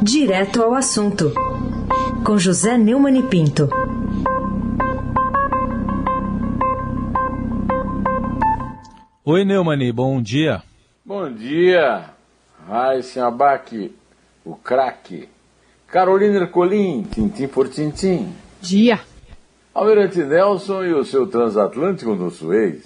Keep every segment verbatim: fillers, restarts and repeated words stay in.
Direto ao assunto, com José Neumann e Pinto. Oi, Neumann, bom dia. Bom dia, Raíssa Abac, o craque. Carolina Ercolim, tintim por tintim. Dia. Almirante Nelson e o seu transatlântico no Suez.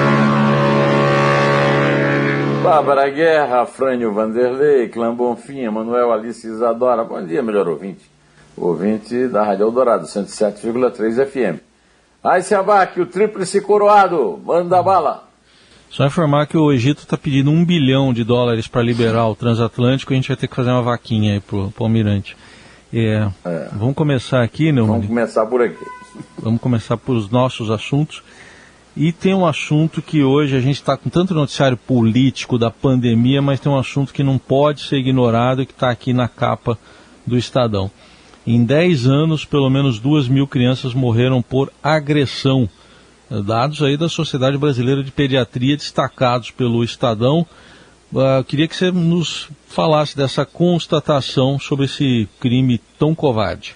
Bárbara Guerra, Frânio Vanderlei, Clã Bonfim, Manuel Alice Isadora. Bom dia, melhor ouvinte. Ouvinte da Rádio Eldorado, cento e sete vírgula três F M. Raíssa Abac, o tríplice coroado, manda bala. Só informar que o Egito está pedindo um bilhão de dólares para liberar o transatlântico e a gente vai ter que fazer uma vaquinha aí pro, pro Almirante. É, é. Vamos começar aqui, Neumann? Vamos começar por aqui. Vamos começar por os nossos assuntos. E tem um assunto que hoje a gente está com tanto noticiário político da pandemia, mas tem um assunto que não pode ser ignorado e que está aqui na capa do Estadão. Em dez anos, pelo menos duas mil crianças morreram por agressão. Dados aí da Sociedade Brasileira de Pediatria, destacados pelo Estadão. Uh, queria que você nos falasse dessa constatação sobre esse crime tão covarde.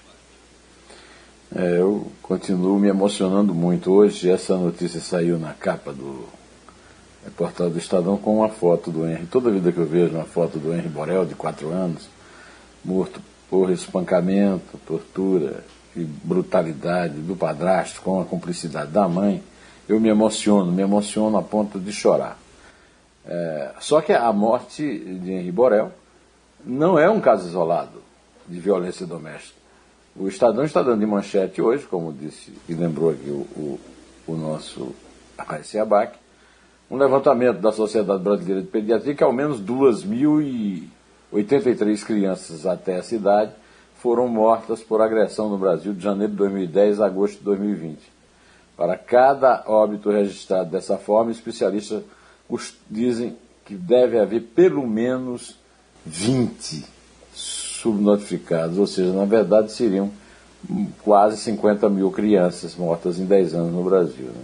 É, eu continuo me emocionando muito. Hoje essa notícia saiu na capa do portal do Estadão com uma foto do Henry. Toda vida que eu vejo uma foto do Henry Borel, de quatro anos, morto por espancamento, tortura e brutalidade do padrasto com a cumplicidade da mãe, eu me emociono, me emociono a ponto de chorar. É, só que a morte de Henry Borel não é um caso isolado de violência doméstica. O Estadão está dando de manchete hoje, como disse e lembrou aqui o, o, o nosso Raíssa Abac, um levantamento da Sociedade Brasileira de Pediatria que ao menos duas mil e oitenta e três crianças até essa idade foram mortas por agressão no Brasil de janeiro de dois mil e dez a agosto de dois mil e vinte. Para cada óbito registrado dessa forma, especialistas dizem que deve haver pelo menos vinte subnotificados, ou seja, na verdade seriam quase cinquenta mil crianças mortas em dez anos no Brasil. Né?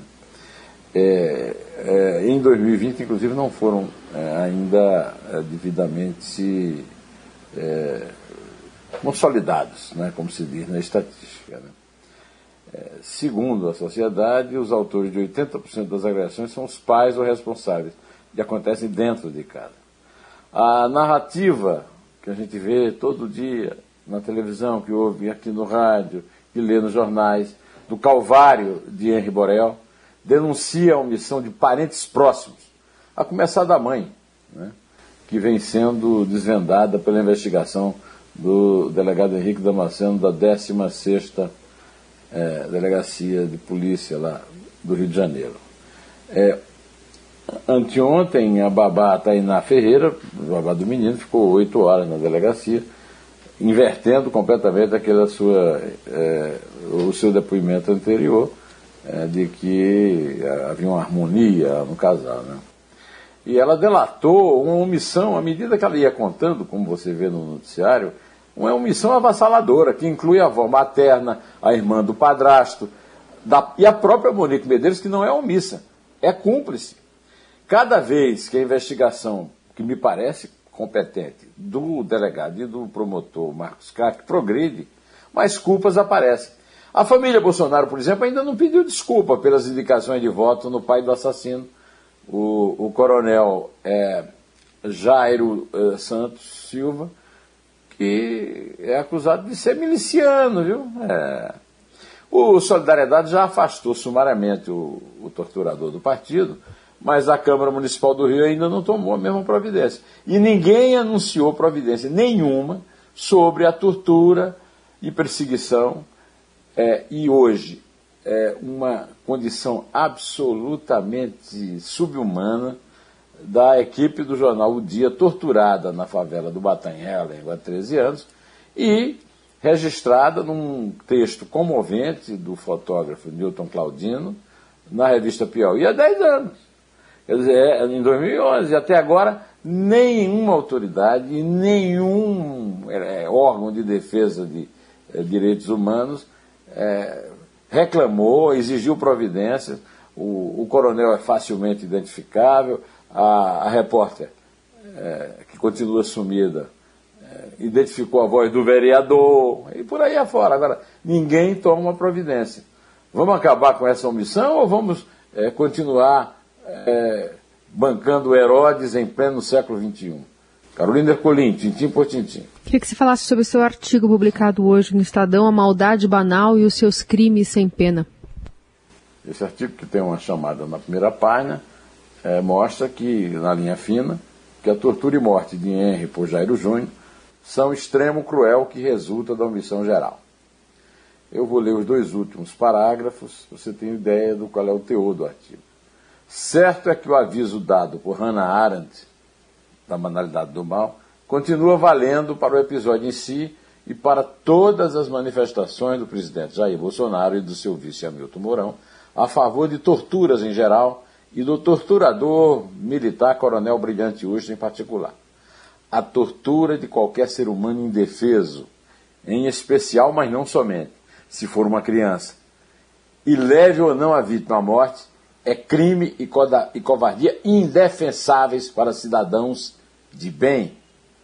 É, é, em dois mil e vinte, inclusive, não foram é, ainda é, devidamente é, consolidados, né, como se diz na estatística. Né? É, segundo a sociedade, os autores de oitenta por cento das agressões são os pais ou responsáveis, que acontecem dentro de casa. A narrativa que a gente vê todo dia na televisão, que ouve aqui no rádio, que lê nos jornais, do calvário de Henry Borel, denuncia a omissão de parentes próximos, a começar da mãe, né, que vem sendo desvendada pela investigação do delegado Henrique Damasceno da décima sexta é, Delegacia de Polícia lá do Rio de Janeiro. É, Anteontem, a babá Tainá Ferreira, a babá do menino, ficou oito horas na delegacia, invertendo completamente aquela sua, é, o seu depoimento anterior, é, de que havia uma harmonia no casal. Né? E ela delatou uma omissão, à medida que ela ia contando, como você vê no noticiário, uma omissão avassaladora, que inclui a avó materna, a irmã do padrasto, da, e a própria Monique Medeiros, que não é omissa, é cúmplice. Cada vez que a investigação, que me parece competente, do delegado e do promotor Marcos Craque progride, mais culpas aparecem. A família Bolsonaro, por exemplo, ainda não pediu desculpa pelas indicações de voto no pai do assassino, o, o coronel é, Jairo é, Santos Silva, que é acusado de ser miliciano, viu? É. O Solidariedade já afastou sumariamente o, o torturador do partido, mas a Câmara Municipal do Rio ainda não tomou a mesma providência. E ninguém anunciou providência nenhuma sobre a tortura e perseguição, é, e hoje é uma condição absolutamente subhumana da equipe do jornal O Dia, torturada na favela do Batanhela, há treze anos, e registrada num texto comovente do fotógrafo Newton Claudino, na revista Piauí, há dez anos. Quer dizer, em dois mil e onze, até agora, nenhuma autoridade e nenhum é, órgão de defesa de é, direitos humanos é, reclamou, exigiu providências. O, o coronel é facilmente identificável, a, a repórter, é, que continua sumida, é, identificou a voz do vereador, e por aí afora. Agora, ninguém toma uma providência. Vamos acabar com essa omissão ou vamos é, continuar é, bancando Herodes em pleno século vinte e um? Carolina Ercolim, tintim por tintim. Queria que você falasse sobre o seu artigo publicado hoje no Estadão, A Maldade Banal e os Seus Crimes Sem Pena. Esse artigo, que tem uma chamada na primeira página, é, mostra que, na linha fina, que a tortura e morte de Henri por Jairo Júnior são extremo cruel que resulta da omissão geral. Eu vou ler os dois últimos parágrafos, você tem ideia do qual é o teor do artigo. Certo é que o aviso dado por Hannah Arendt, da banalidade do mal, continua valendo para o episódio em si e para todas as manifestações do presidente Jair Bolsonaro e do seu vice Hamilton Mourão a favor de torturas em geral e do torturador militar Coronel Brilhante Ustra em particular. A tortura de qualquer ser humano indefeso, em especial, mas não somente, se for uma criança, e leve ou não a vítima à morte, é crime e, coda, e covardia indefensáveis para cidadãos de bem,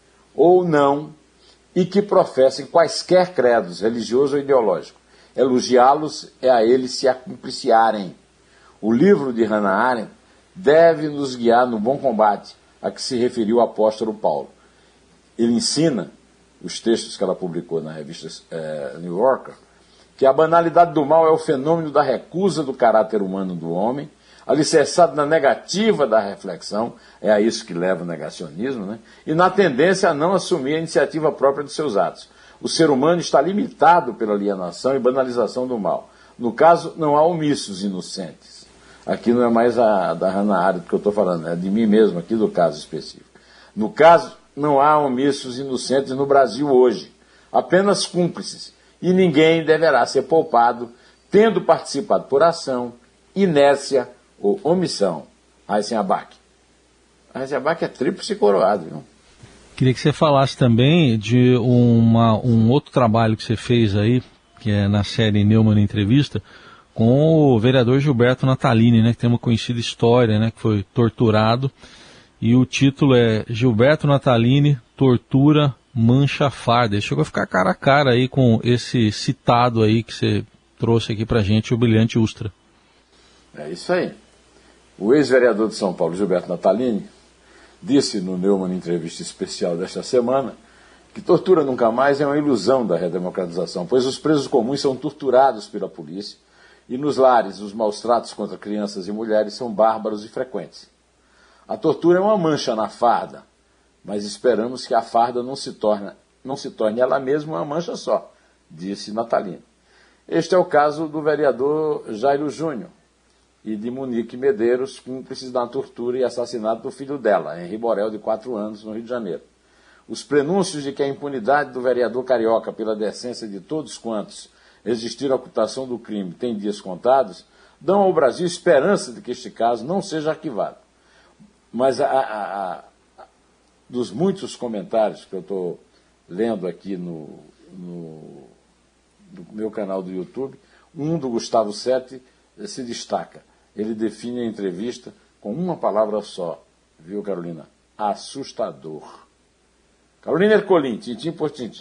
ou não, e que professem quaisquer credos, religioso ou ideológico. Elogiá-los é a eles se acumpliciarem. O livro de Hannah Arendt deve nos guiar no bom combate a que se referiu o apóstolo Paulo. Ele ensina, os textos que ela publicou na revista é, New Yorker, que a banalidade do mal é o fenômeno da recusa do caráter humano do homem, alicerçado na negativa da reflexão, é a isso que leva o negacionismo, né? E na tendência a não assumir a iniciativa própria dos seus atos. O ser humano está limitado pela alienação e banalização do mal. No caso, não há omissos inocentes. Aqui não é mais a da Hannah Arendt que eu estou falando, é de mim mesmo, aqui do caso específico. No caso, não há omissos inocentes no Brasil hoje, apenas cúmplices, e ninguém deverá ser poupado, tendo participado por ação, inércia ou omissão. Raíssen Abac. Raíssen Abac é tríplice coroado, viu? Queria que você falasse também de uma, um outro trabalho que você fez aí, que é na série Neumann Entrevista, com o vereador Gilberto Natalini, né, que tem uma conhecida história, né, que foi torturado, e o título é Gilberto Natalini, Tortura Mancha Farda. Ele chegou a ficar cara a cara aí com esse citado aí que você trouxe aqui pra gente, o Brilhante Ustra. É isso aí. O ex-vereador de São Paulo, Gilberto Natalini, disse no Neumann Entrevista Especial desta semana que tortura nunca mais é uma ilusão da redemocratização, pois os presos comuns são torturados pela polícia e nos lares os maus-tratos contra crianças e mulheres são bárbaros e frequentes. A tortura é uma mancha na farda, mas esperamos que a farda não se torne, não se torne ela mesma uma mancha só, disse Natalini. Este é o caso do vereador Jairo Júnior e de Monique Medeiros, cúmplices da tortura e assassinato do filho dela, Henri Borel, de quatro anos, no Rio de Janeiro. Os prenúncios de que a impunidade do vereador carioca pela decência de todos quantos resistiram à ocultação do crime tem dias contados, dão ao Brasil esperança de que este caso não seja arquivado. Mas a, a, a, dos muitos comentários que eu estou lendo aqui no, no, no meu canal do YouTube, um do Gustavo Sete se destaca. Ele define a entrevista com uma palavra só, viu, Carolina? Assustador. Carolina Ercolim, tintim por tintim.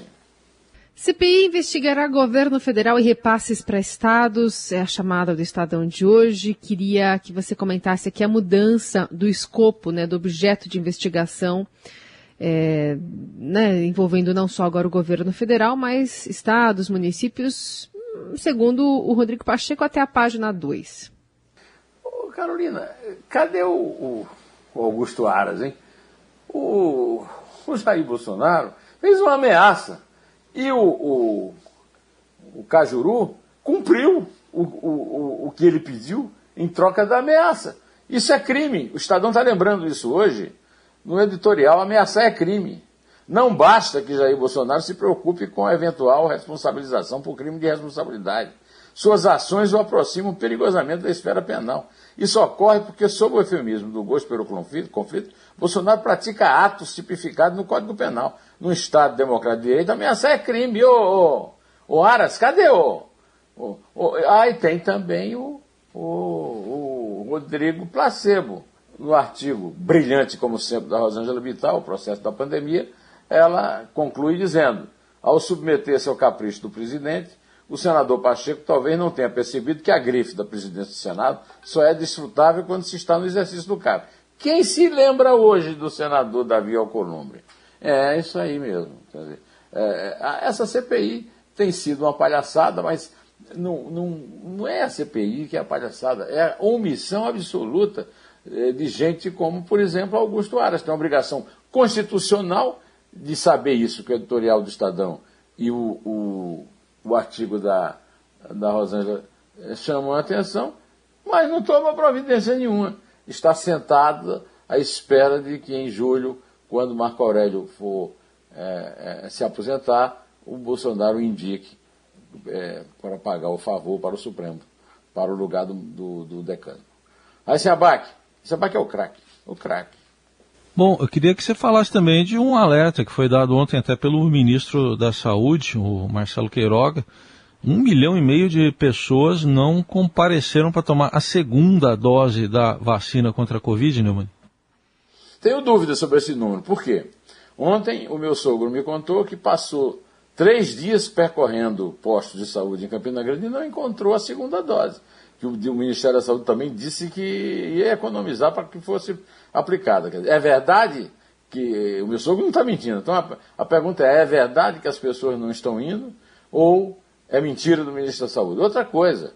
C P I investigará governo federal e repasses para estados, é a chamada do Estadão de hoje. Queria que você comentasse aqui a mudança do escopo, né, do objeto de investigação, é, né, envolvendo não só agora o governo federal, mas estados, municípios, segundo o Rodrigo Pacheco, até a página dois. Ô, Carolina, cadê o, o, o Augusto Aras, hein? O, o Jair Bolsonaro fez uma ameaça e o, o, o Cajuru cumpriu o, o, o que ele pediu em troca da ameaça. Isso é crime. O Estadão está lembrando isso hoje no editorial. Ameaçar é crime. Não basta que Jair Bolsonaro se preocupe com a eventual responsabilização por crime de responsabilidade. Suas ações o aproximam perigosamente da esfera penal. Isso ocorre porque, sob o eufemismo do gosto pelo conflito, conflito, Bolsonaro pratica atos tipificados no Código Penal. Num Estado democrático de direito, ameaçar é crime. Ô, ô, ô Aras, cadê o... o, o ah, e tem também o, o, o Rodrigo Placebo, no artigo brilhante, como sempre, da Rosângela Vital, o processo da pandemia. ela conclui dizendo: ao submeter-se ao capricho do presidente, o senador Pacheco talvez não tenha percebido que a grife da presidência do Senado só é desfrutável quando se está no exercício do cargo. Quem se lembra hoje do senador Davi Alcolumbre? É isso aí mesmo. Quer dizer, é, essa C P I tem sido uma palhaçada, mas não, não, não é a C P I que é a palhaçada, é a omissão absoluta de gente como, por exemplo, Augusto Aras, que tem uma obrigação constitucional de saber isso, que o editorial do Estadão e o, o, o artigo da, da Rosângela chamam a atenção, mas não toma providência nenhuma. Está sentada à espera de que em julho, quando Marco Aurélio for é, é, se aposentar, o Bolsonaro indique é, para pagar o favor para o Supremo, para o lugar do, do, do decano. Aí, Seabac, Seabac é o craque, o craque. Bom, eu queria que você falasse também de um alerta que foi dado ontem até pelo ministro da Saúde, o Marcelo Queiroga. Um milhão e meio de pessoas não compareceram para tomar a segunda dose da vacina contra a Covid, Neumann? Tenho dúvidas sobre esse número. Por quê? Ontem o meu sogro me contou que passou três dias percorrendo postos de saúde em Campina Grande e não encontrou a segunda dose. Que o, o Ministério da Saúde também disse que ia economizar para que fosse aplicada. Quer dizer, é verdade que o meu sogro não está mentindo. Então a, a pergunta é, é verdade que as pessoas não estão indo ou é mentira do Ministro da Saúde? Outra coisa,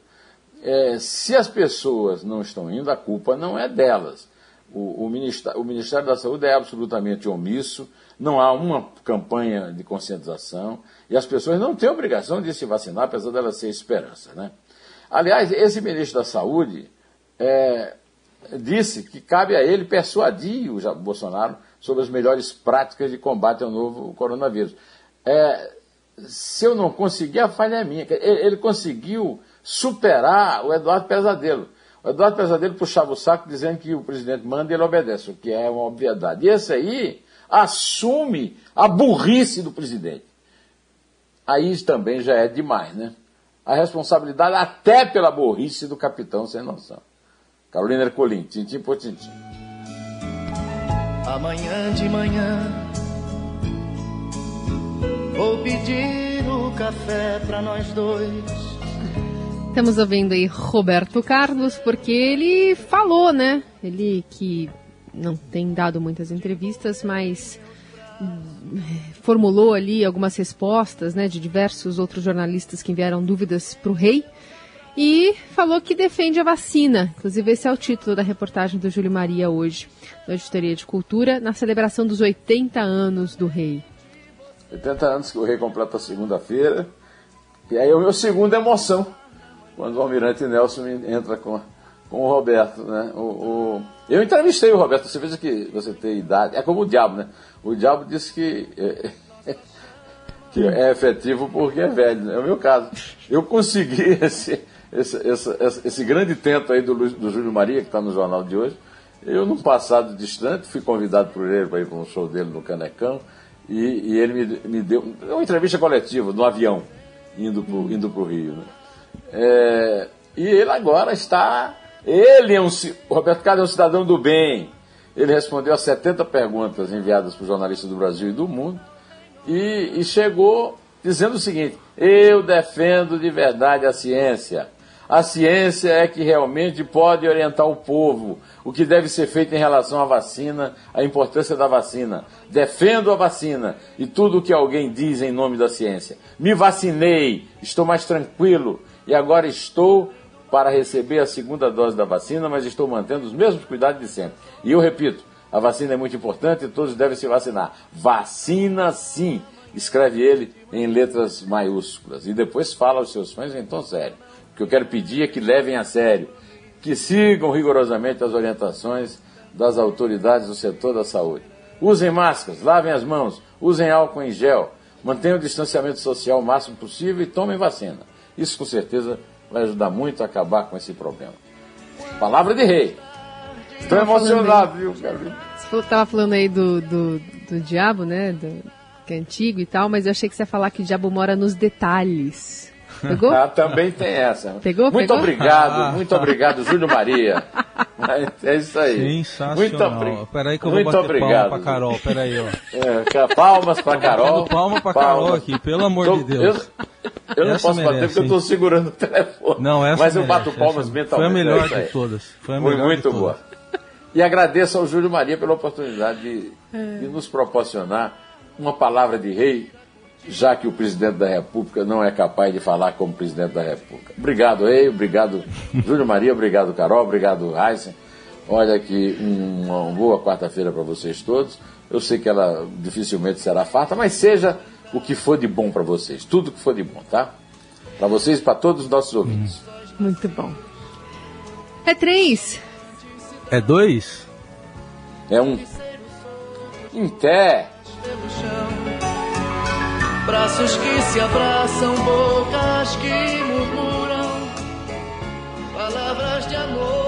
é, se as pessoas não estão indo, a culpa não é delas. O, o, Ministério, o Ministério da Saúde é absolutamente omisso, não há uma campanha de conscientização e as pessoas não têm obrigação de se vacinar, apesar dela ser esperança, né? Aliás, esse ministro da Saúde é, disse que cabe a ele persuadir o Bolsonaro sobre as melhores práticas de combate ao novo coronavírus. É, se eu não conseguir, a falha é minha. Ele, ele conseguiu superar o Eduardo Pesadelo. O Eduardo Pesadelo puxava o saco dizendo que o presidente manda e ele obedece, o que é uma obviedade. E esse aí assume a burrice do presidente. Aí também já é demais, né? A responsabilidade até pela burrice do capitão sem noção. Carolina Ercolim, tintim por tintim. Amanhã de manhã vou pedir o café para nós dois. Estamos ouvindo aí Roberto Carlos, porque ele falou, né? Ele que não tem dado muitas entrevistas, mas formulou ali algumas respostas, né, de diversos outros jornalistas que enviaram dúvidas para o rei e falou que defende a vacina. Inclusive esse é o título da reportagem do Júlio Maria hoje, da Editoria de Cultura, na celebração dos oitenta anos do rei. oitenta anos que o rei completa segunda-feira, e aí é o meu segundo emoção, quando o almirante Nelson entra com, com o Roberto, né? O, o... Eu entrevistei o Roberto, você veja que você tem idade, é como o diabo, né? O diabo disse que é, que é efetivo porque é velho, né? É o meu caso. Eu consegui esse, esse, esse, esse grande tento aí do, do Júlio Maria, que está no jornal de hoje. Eu, num passado distante, fui convidado por ele para ir para um show dele no Canecão, e, e ele me, me deu uma entrevista coletiva no avião, indo para o indo pro Rio, né? É, e ele agora está... Ele é um... O Roberto Carlos é um cidadão do bem. Ele respondeu a setenta perguntas enviadas por jornalistas do Brasil e do mundo e, e chegou dizendo o seguinte: eu defendo de verdade a ciência. A ciência é que realmente pode orientar o povo, o que deve ser feito em relação à vacina, a importância da vacina. Defendo a vacina e tudo o que alguém diz em nome da ciência. Me vacinei, estou mais tranquilo e agora estou para receber a segunda dose da vacina, mas estou mantendo os mesmos cuidados de sempre. E eu repito, a vacina é muito importante e todos devem se vacinar. Vacina sim, escreve ele em letras maiúsculas. E depois fala aos seus fãs em tom sério. O que eu quero pedir é que levem a sério, que sigam rigorosamente as orientações das autoridades do setor da saúde. Usem máscaras, lavem as mãos, usem álcool em gel, mantenham o distanciamento social o máximo possível e tomem vacina. Isso com certeza vai ajudar muito a acabar com esse problema. Palavra de rei. Estou emocionado, viu, cara? Você estava falando aí do, do, do diabo, né? Do, que é antigo e tal, mas eu achei que você ia falar que o diabo mora nos detalhes. Pegou? Ah, também tem essa. Pegou? Muito Pegou? obrigado, Ah. muito obrigado, Júlio Maria. É isso aí. Sensacional. Muito obrigado. Peraí que eu Muito vou bater obrigado, palma pra Carol. Peraí, ó. É, palmas pra Carol. Palma pra Carol aqui, pelo amor Tô- de Deus. Eu, eu não Essa posso bater merece, porque eu hein? estou segurando o telefone. Não, essa Mas eu merece, bato palmas essa- mentalmente. Foi a melhor é isso aí. de todas. Foi a Foi melhor muito de todas. boa. E agradeço ao Júlio Maria pela oportunidade de, de nos proporcionar uma palavra de rei, já que o presidente da República não é capaz de falar como presidente da República. Obrigado, rei, obrigado, Júlio Maria, obrigado, Carol, obrigado, Heisen. Olha aqui, uma boa quarta-feira para vocês todos. Eu sei que ela dificilmente será farta, mas seja o que for de bom para vocês, tudo que for de bom, tá? Para vocês e para todos os nossos ouvintes. Muito bom. É três. É dois? É um. Em pé. Braços que se abraçam, bocas que murmuram, palavras de amor.